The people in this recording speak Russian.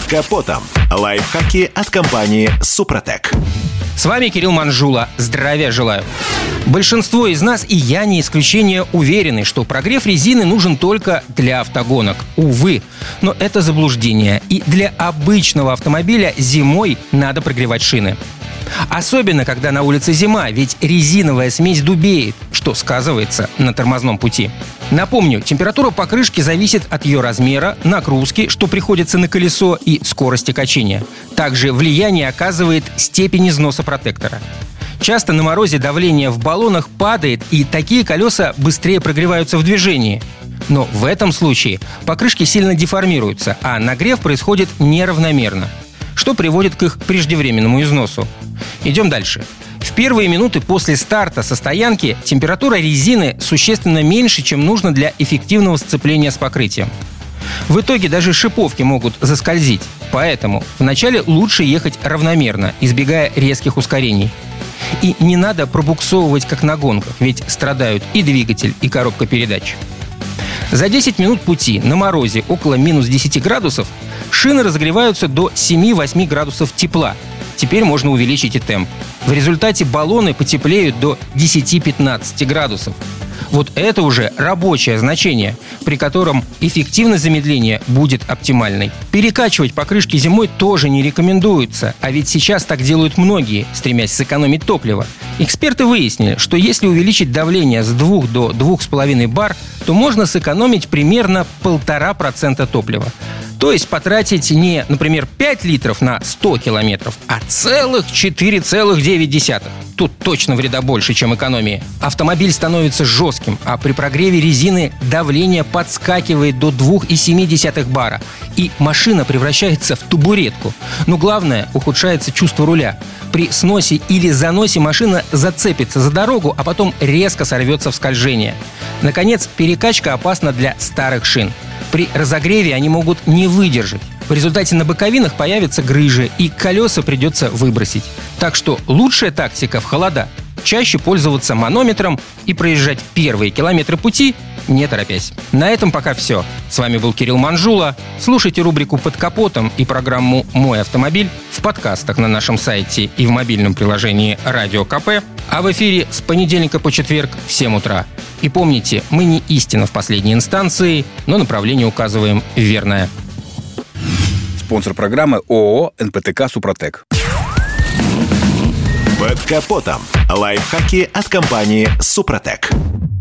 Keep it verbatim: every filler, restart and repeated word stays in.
капотом. Лайфхаки от компании «Супротек». С вами Кирилл Манжула. Здравия желаю. Большинство из нас, и я не исключение, уверены, что прогрев резины нужен только для автогонок. Увы, но это заблуждение. И для обычного автомобиля зимой надо прогревать шины. Особенно, когда на улице зима, ведь резиновая смесь дубеет, что сказывается на тормозном пути. Напомню, температура покрышки зависит от ее размера, нагрузки, что приходится на колесо, и скорости качения. Также влияние оказывает степень износа протектора. Часто на морозе давление в баллонах падает, и такие колеса быстрее прогреваются в движении. Но в этом случае покрышки сильно деформируются, а нагрев происходит неравномерно, что приводит к их преждевременному износу. Идем дальше. В первые минуты после старта со стоянки температура резины существенно меньше, чем нужно для эффективного сцепления с покрытием. В итоге даже шиповки могут заскользить, поэтому вначале лучше ехать равномерно, избегая резких ускорений. И не надо пробуксовывать, как на гонках, ведь страдают и двигатель, и коробка передач. За десять минут пути на морозе около минус десяти градусов шины разогреваются до семи-восьми градусов тепла. Теперь можно увеличить и темп. В результате баллоны потеплеют до десяти-пятнадцати градусов. Вот это уже рабочее значение, при котором эффективность замедления будет оптимальной. Перекачивать покрышки зимой тоже не рекомендуется, а ведь сейчас так делают многие, стремясь сэкономить топливо. Эксперты выяснили, что если увеличить давление с двух до двух с половиной бар, то можно сэкономить примерно полтора процента топлива. То есть потратить не, например, пять литров на сто километров, а целых четыре целых девять десятых. Тут точно вреда больше, чем экономии. Автомобиль становится жестким, а при прогреве резины давление подскакивает до двух целых семи десятых бара, и машина превращается в табуретку. Но главное, ухудшается чувство руля. При сносе или заносе машина зацепится за дорогу, а потом резко сорвется в скольжение. Наконец, перекачка опасна для старых шин. При разогреве они могут не выдержать. В результате на боковинах появятся грыжи, и колеса придется выбросить. Так что лучшая тактика в холода – чаще пользоваться манометром и проезжать первые километры пути, не торопясь. На этом пока все. С вами был Кирилл Манжула. Слушайте рубрику «Под капотом» и программу «Мой автомобиль» в подкастах на нашем сайте и в мобильном приложении «Радио КП», а в эфире с понедельника по четверг в семь утра. И помните, мы не истина в последней инстанции, но направление указываем верное. Спонсор программы ООО «эн пэ тэ ка Супротек». Под капотом. Лайфхаки от компании «Супротек».